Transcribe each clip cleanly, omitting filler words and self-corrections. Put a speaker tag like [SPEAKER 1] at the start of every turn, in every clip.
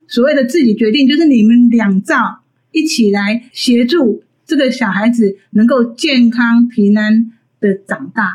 [SPEAKER 1] 所谓的自己决定，就是你们两造一起来协助这个小孩子能够健康平安的长大。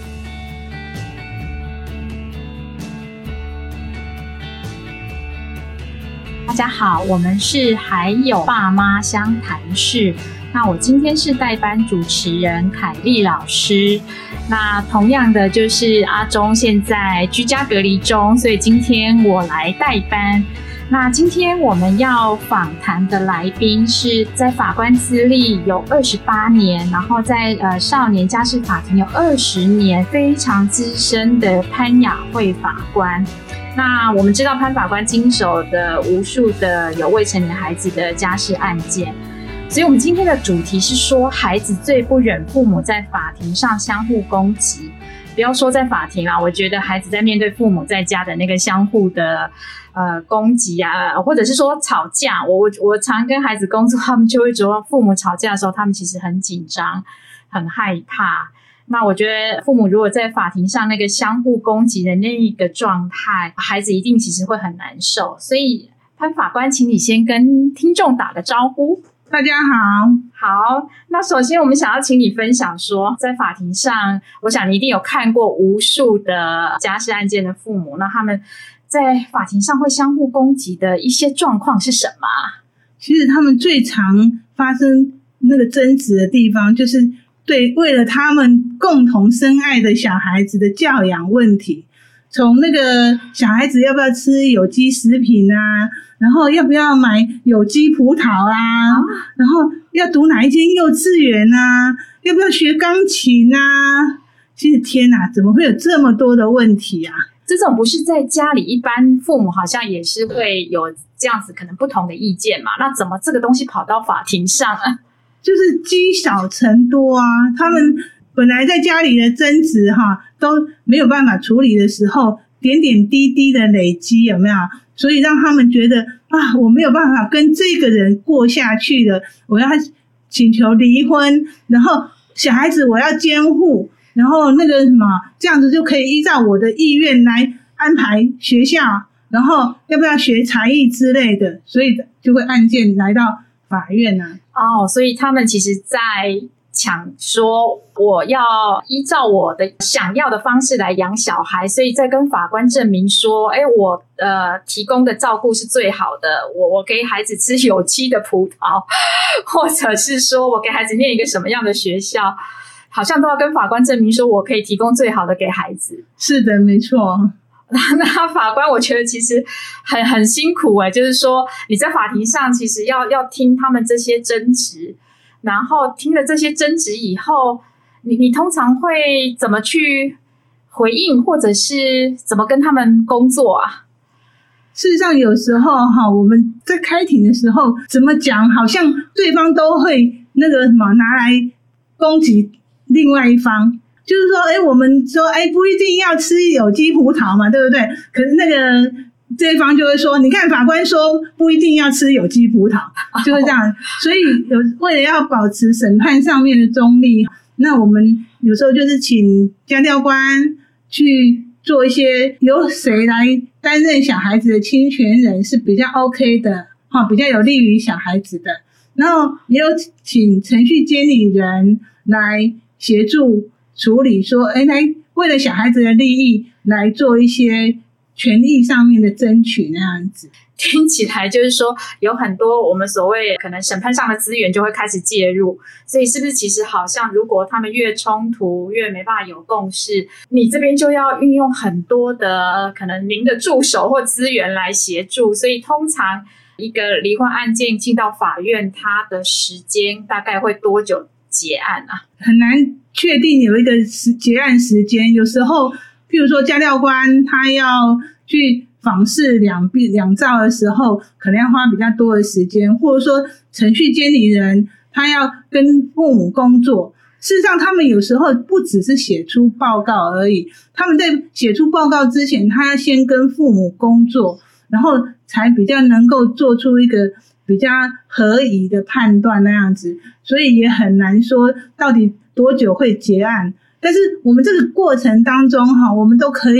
[SPEAKER 2] 大家好，我们是还有爸妈相谈室。那我今天是代班主持人凯丽老师。那同样的就是阿中现在居家隔离中，所以今天我来代班。那今天我们要访谈的来宾是在法官资历有28年，然后在少年家事法庭有20年，非常资深的潘雅慧法官。那我们知道潘法官经手的无数的有未成年孩子的家事案件，所以我们今天的主题是说，孩子最不忍父母在法庭上相互攻击。不要说在法庭啦，我觉得孩子在面对父母在家的那个相互的攻击啊，或者是说吵架，我常跟孩子工作，他们就会说父母吵架的时候，他们其实很紧张，很害怕。那我觉得父母如果在法庭上那个相互攻击的那一个状态，孩子一定其实会很难受。所以潘法官，请你先跟听众打个招呼。
[SPEAKER 1] 大家好。
[SPEAKER 2] 好，那首先我们想要请你分享说，在法庭上，我想你一定有看过无数的家事案件的父母，那他们在法庭上会相互攻击的一些状况是什么？
[SPEAKER 1] 其实他们最常发生那个争执的地方，就是为了他们共同深爱的小孩子的教养问题，从那个小孩子要不要吃有机食品啊，然后要不要买有机葡萄啊，然后要读哪一间幼稚园啊，要不要学钢琴啊。其实天哪，怎么会有这么多的问题啊？
[SPEAKER 2] 这种不是在家里一般父母好像也是会有这样子可能不同的意见嘛，那怎么这个东西跑到法庭上啊？
[SPEAKER 1] 就是积少成多啊，他们本来在家里的争执都没有办法处理的时候，点点滴滴的累积，有没有？所以让他们觉得我没有办法跟这个人过下去了，我要请求离婚，然后小孩子我要监护，然后那个什么，这样子就可以依照我的意愿来安排学校，然后要不要学才艺之类的，所以就会案件来到法院啊。
[SPEAKER 2] 所以他们其实在抢说我要依照我的想要的方式来养小孩，所以在跟法官证明说我提供的照顾是最好的，我给孩子吃有机的葡萄，或者是说我给孩子念一个什么样的学校，好像都要跟法官证明说我可以提供最好的给孩子。是的，没错。那法官我觉得其实很辛苦就是说你在法庭上其实要听他们这些争执，然后听了这些争执以后，你通常会怎么去回应，或者是怎么跟他们工作啊？
[SPEAKER 1] 事实上有时候我们在开庭的时候怎么讲，好像对方都会那个什么拿来攻击另外一方，就是说我们说不一定要吃有机葡萄嘛，对不对？可是那个这一方就会说，你看法官说不一定要吃有机葡萄，就是这样。所以为了要保持审判上面的中立，那我们有时候就是请家调官去做一些由谁来担任小孩子的亲权人是比较 OK 的，比较有利于小孩子的。然后也有请程序监理人来协助处理，说来为了小孩子的利益来做一些权益上面的争取那样子。
[SPEAKER 2] 听起来就是说有很多我们所谓可能审判上的资源就会开始介入，所以是不是其实好像如果他们越冲突越没办法有共识，你这边就要运用很多的可能您的助手或资源来协助，所以通常一个离婚案件进到法院，它的时间大概会多久结案啊？
[SPEAKER 1] 很难确定有一个结案时间，有时候譬如说家调官他要去访视两造的时候，可能要花比较多的时间，或者说程序监理人他要跟父母工作。事实上他们有时候不只是写出报告而已，他们在写出报告之前，他要先跟父母工作，然后才比较能够做出一个比较合宜的判断那样子，所以也很难说到底多久会结案。但是我们这个过程当中我们都可以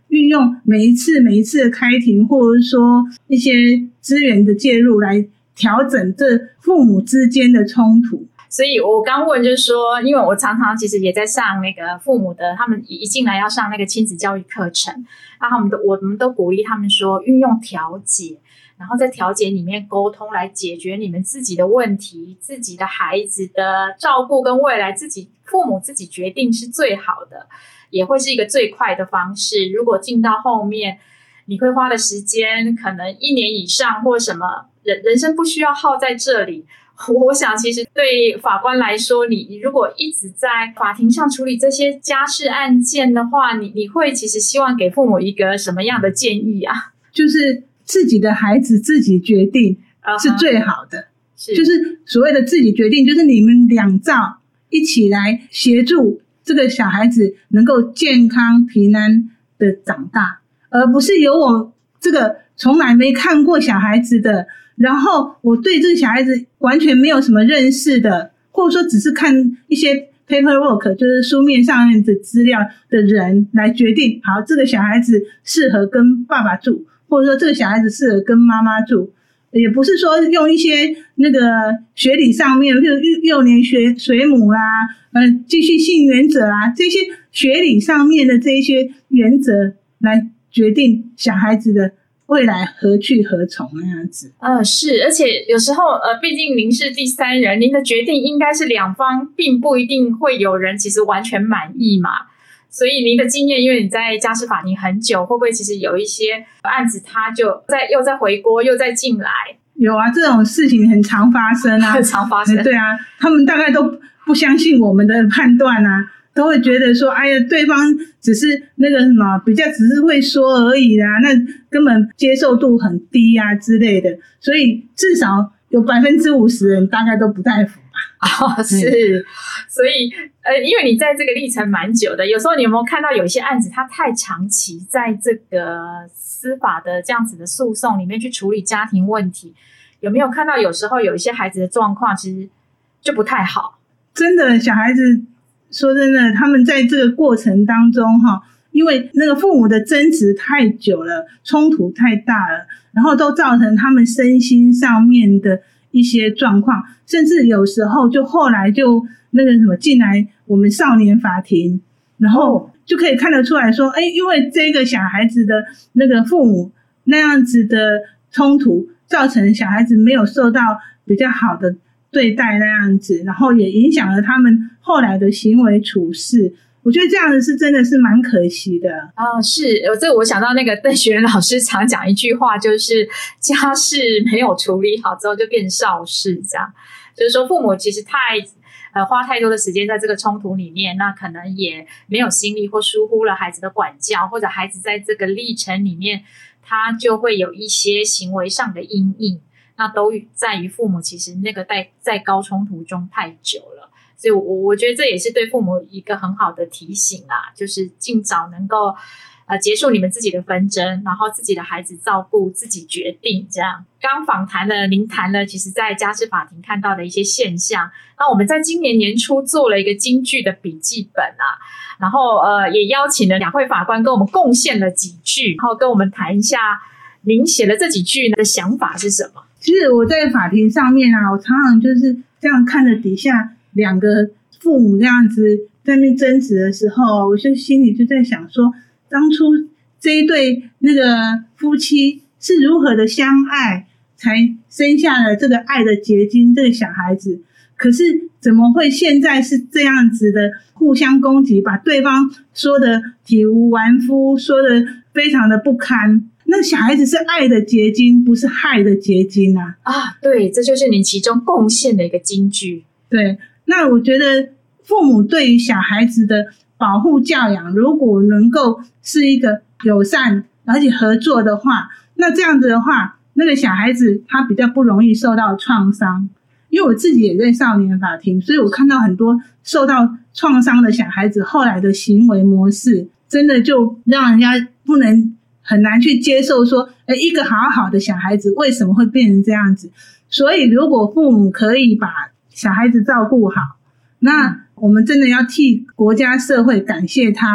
[SPEAKER 1] 运用每一次的开庭，或者说一些资源的介入来调整这父母之间的冲突。
[SPEAKER 2] 所以我刚问就是说，因为我常常其实也在上那个父母的，他们一进来要上那个亲子教育课程，那我们都鼓励他们说，运用调解，然后在调解里面沟通来解决你们自己的问题，自己的孩子的照顾跟未来父母自己决定是最好的，也会是一个最快的方式。如果进到后面，你会花的时间可能1年以上或什么，人生不需要耗在这里。我想其实对法官来说，你如果一直在法庭上处理这些家事案件的话，你会其实希望给父母一个什么样的建议啊？
[SPEAKER 1] 就是自己的孩子自己决定是最好的，就是所谓的自己决定，就是你们两造一起来协助这个小孩子能够健康平安的长大，而不是由我这个从来没看过小孩子的，然后我对这个小孩子完全没有什么认识的，或者说只是看一些 paperwork 就是书面上面的资料的人来决定，好，这个小孩子适合跟爸爸住，或者说这个小孩子适合跟妈妈住，也不是说用一些那个学理上面，譬如幼年水母啦，继续性原则啊，这些学理上面的这些原则来决定小孩子的未来何去何从那样子。
[SPEAKER 2] 是，而且有时候毕竟您是第三人，您的决定应该是两方并不一定会有人其实完全满意嘛。所以您的经验，因为你在家事法庭很久，会不会其实有一些案子它就又再回锅又再进来？
[SPEAKER 1] 有啊，这种事情很常发生啊，
[SPEAKER 2] 很常发生。
[SPEAKER 1] 对啊，他们大概都不相信我们的判断啊，都会觉得说，哎呀，对方只是那个什么，比较只是会说而已啦，那根本接受度很低啊之类的，所以至少有50%人大概都不太服吧。
[SPEAKER 2] 是，所以因为你在这个历程蛮久的，有时候你有没有看到有一些案子，它太长期在这个司法的这样子的诉讼里面去处理家庭问题，有没有看到有时候有一些孩子的状况其实就不太好？真
[SPEAKER 1] 的，小孩子说真的，他们在这个过程当中因为那个父母的争执太久了，冲突太大了，然后都造成他们身心上面的一些状况，甚至有时候就后来就那个什么进来我们少年法庭，然后就可以看得出来说，因为这个小孩子的那个父母那样子的冲突，造成小孩子没有受到比较好的对待那样子，然后也影响了他们后来的行为处事。我觉得这样子是真的是蛮可惜的。
[SPEAKER 2] 是，这我想到那个邓学仁老师常讲一句话，就是家事没有处理好之后就变少事，这样就是说父母其实花太多的时间在这个冲突里面，那可能也没有心力或疏忽了孩子的管教，或者孩子在这个历程里面他就会有一些行为上的阴影，那都在于父母其实那个在高冲突中太久了。所以我觉得这也是对父母一个很好的提醒啦，就是尽早能够结束你们自己的纷争，然后自己的孩子照顾自己决定这样。刚访谈了，您谈了其实在家事法庭看到的一些现象，那我们在今年年初做了一个京剧的笔记本啊，然后也邀请了2位法官跟我们贡献了几句，然后跟我们谈一下您写的这几句的想法是什么。
[SPEAKER 1] 其实我在法庭上面我常常就是这样看着底下2个父母这样子在那边争执的时候，我就心里就在想说，当初这一对那个夫妻是如何的相爱，才生下了这个爱的结晶这个小孩子，可是怎么会现在是这样子的互相攻击，把对方说的体无完肤，说的非常的不堪。那小孩子是爱的结晶，不是害的结晶啊！
[SPEAKER 2] 对，这就是你其中贡献的一个金句。
[SPEAKER 1] 对，那我觉得父母对于小孩子的保护教养，如果能够是一个友善而且合作的话，那这样子的话，那个小孩子他比较不容易受到创伤。因为我自己也在少年法庭，所以我看到很多受到创伤的小孩子后来的行为模式，真的就让人家很难去接受说，一个好好的小孩子为什么会变成这样子。所以如果父母可以把小孩子照顾好，那我们真的要替国家社会感谢他们。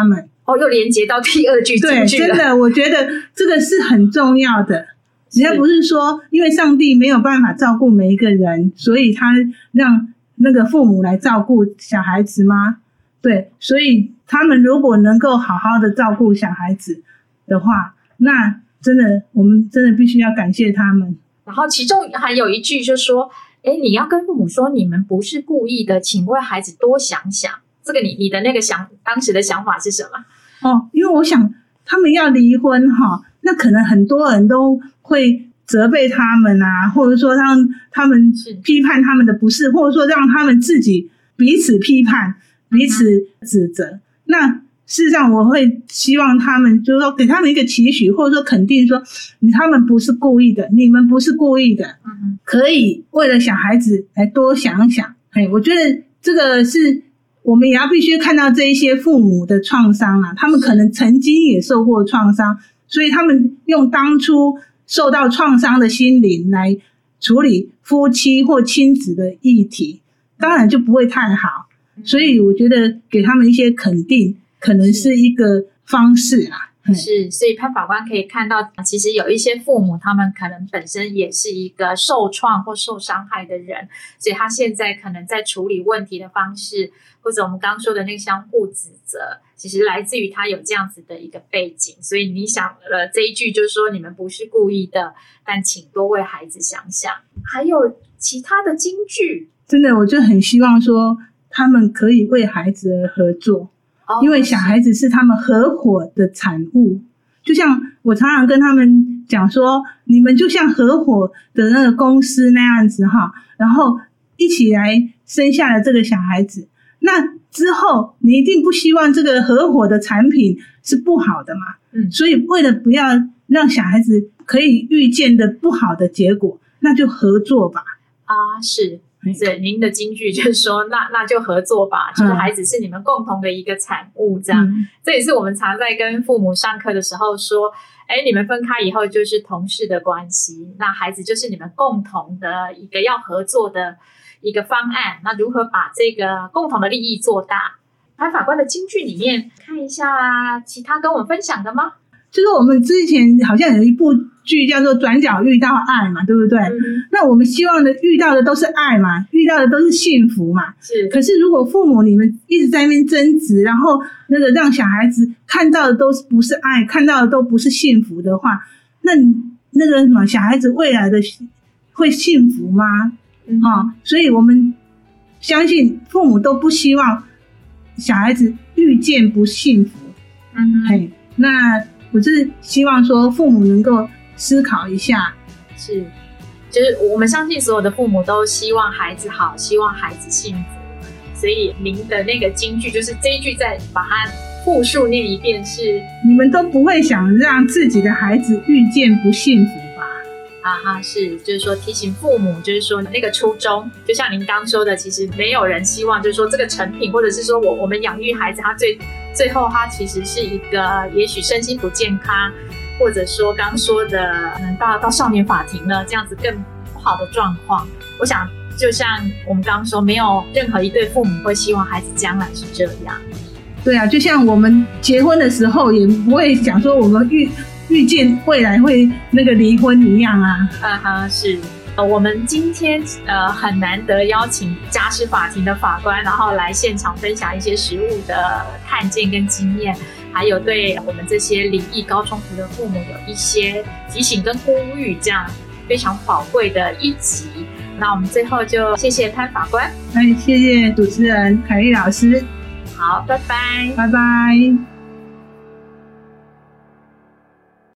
[SPEAKER 2] 又连接到第二句金句了。
[SPEAKER 1] 对，真的，我觉得这个是很重要的。人家不是说，因为上帝没有办法照顾每一个人，所以他让那个父母来照顾小孩子吗？对，所以他们如果能够好好的照顾小孩子的话，那真的，我们真的必须要感谢他们。
[SPEAKER 2] 然后其中还有一句就说，你要跟父母说你们不是故意的，请为孩子多想想。这个你的那个当时的想法是什么？
[SPEAKER 1] 因为我想他们要离婚那可能很多人都会责备他们啊，或者说让他们批判他们的不是，或者说让他们自己彼此批判、彼此指责。那事实上我会希望他们就是说给他们一个期许，或者说肯定说他们不是故意的，你们不是故意的，可以为了小孩子来多想想。我觉得这个是我们也要必须看到这一些父母的创伤啊，他们可能曾经也受过创伤，所以他们用当初受到创伤的心灵来处理夫妻或亲子的议题，当然就不会太好。所以我觉得给他们一些肯定可能是一个方式啊。
[SPEAKER 2] 是，所以潘法官可以看到，其实有一些父母他们可能本身也是一个受创或受伤害的人，所以他现在可能在处理问题的方式，或者我们刚刚说的那个相互指责，其实来自于他有这样子的一个背景。所以你想了这一句就是说你们不是故意的，但请多为孩子想想。还有其他的金句，
[SPEAKER 1] 真的我就很希望说他们可以为孩子而合作，因为小孩子是他们合伙的产物。就像我常常跟他们讲说，你们就像合伙的那个公司那样子然后一起来生下了这个小孩子，那之后你一定不希望这个合伙的产品是不好的嘛。所以为了不要让小孩子可以预见的不好的结果，那就合作吧。
[SPEAKER 2] 是您的金句就是说那就合作吧，就是孩子是你们共同的一个产物这样。这也是我们常在跟父母上课的时候说，你们分开以后就是同事的关系，那孩子就是你们共同的一个要合作的一个方案，那如何把这个共同的利益做大。潘法官的金句里面看一下其他跟我们分享的吗？
[SPEAKER 1] 就是我们之前好像有一部剧叫做转角遇到爱嘛，对不对？那我们希望的遇到的都是爱嘛，遇到的都是幸福嘛。
[SPEAKER 2] 是。可
[SPEAKER 1] 是如果父母你们一直在那边争执，然后那个让小孩子看到的都不是爱，看到的都不是幸福的话，那个什么小孩子未来的会幸福吗？所以我们相信父母都不希望小孩子遇见不幸福。那我就是希望说父母能够思考一下。
[SPEAKER 2] 是，就是我们相信所有的父母都希望孩子好，希望孩子幸福，所以您的那个金句就是这一句再把它复述念一遍，是
[SPEAKER 1] 你们都不会想让自己的孩子遇见不幸福吧。
[SPEAKER 2] 是，就是说提醒父母，就是说那个初衷，就像您刚说的，其实没有人希望就是说这个成品，或者是说我们养育孩子，他最后他其实是一个也许身心不健康，或者说刚说的可能到少年法庭了这样子更不好的状况。我想就像我们刚刚说，没有任何一对父母会希望孩子将来是这样。
[SPEAKER 1] 对啊，就像我们结婚的时候也不会想说我们预见未来会那个离婚一样啊。
[SPEAKER 2] 是。我们今天很难得邀请家事法庭的法官，然后来现场分享一些实务的看见跟经验，还有对我们这些离异高冲突的父母有一些提醒跟呼吁，这样非常宝贵的一集。那我们最后就谢谢潘法官，
[SPEAKER 1] 谢谢主持人凯丽老师。
[SPEAKER 2] 好，拜拜，
[SPEAKER 1] 拜拜。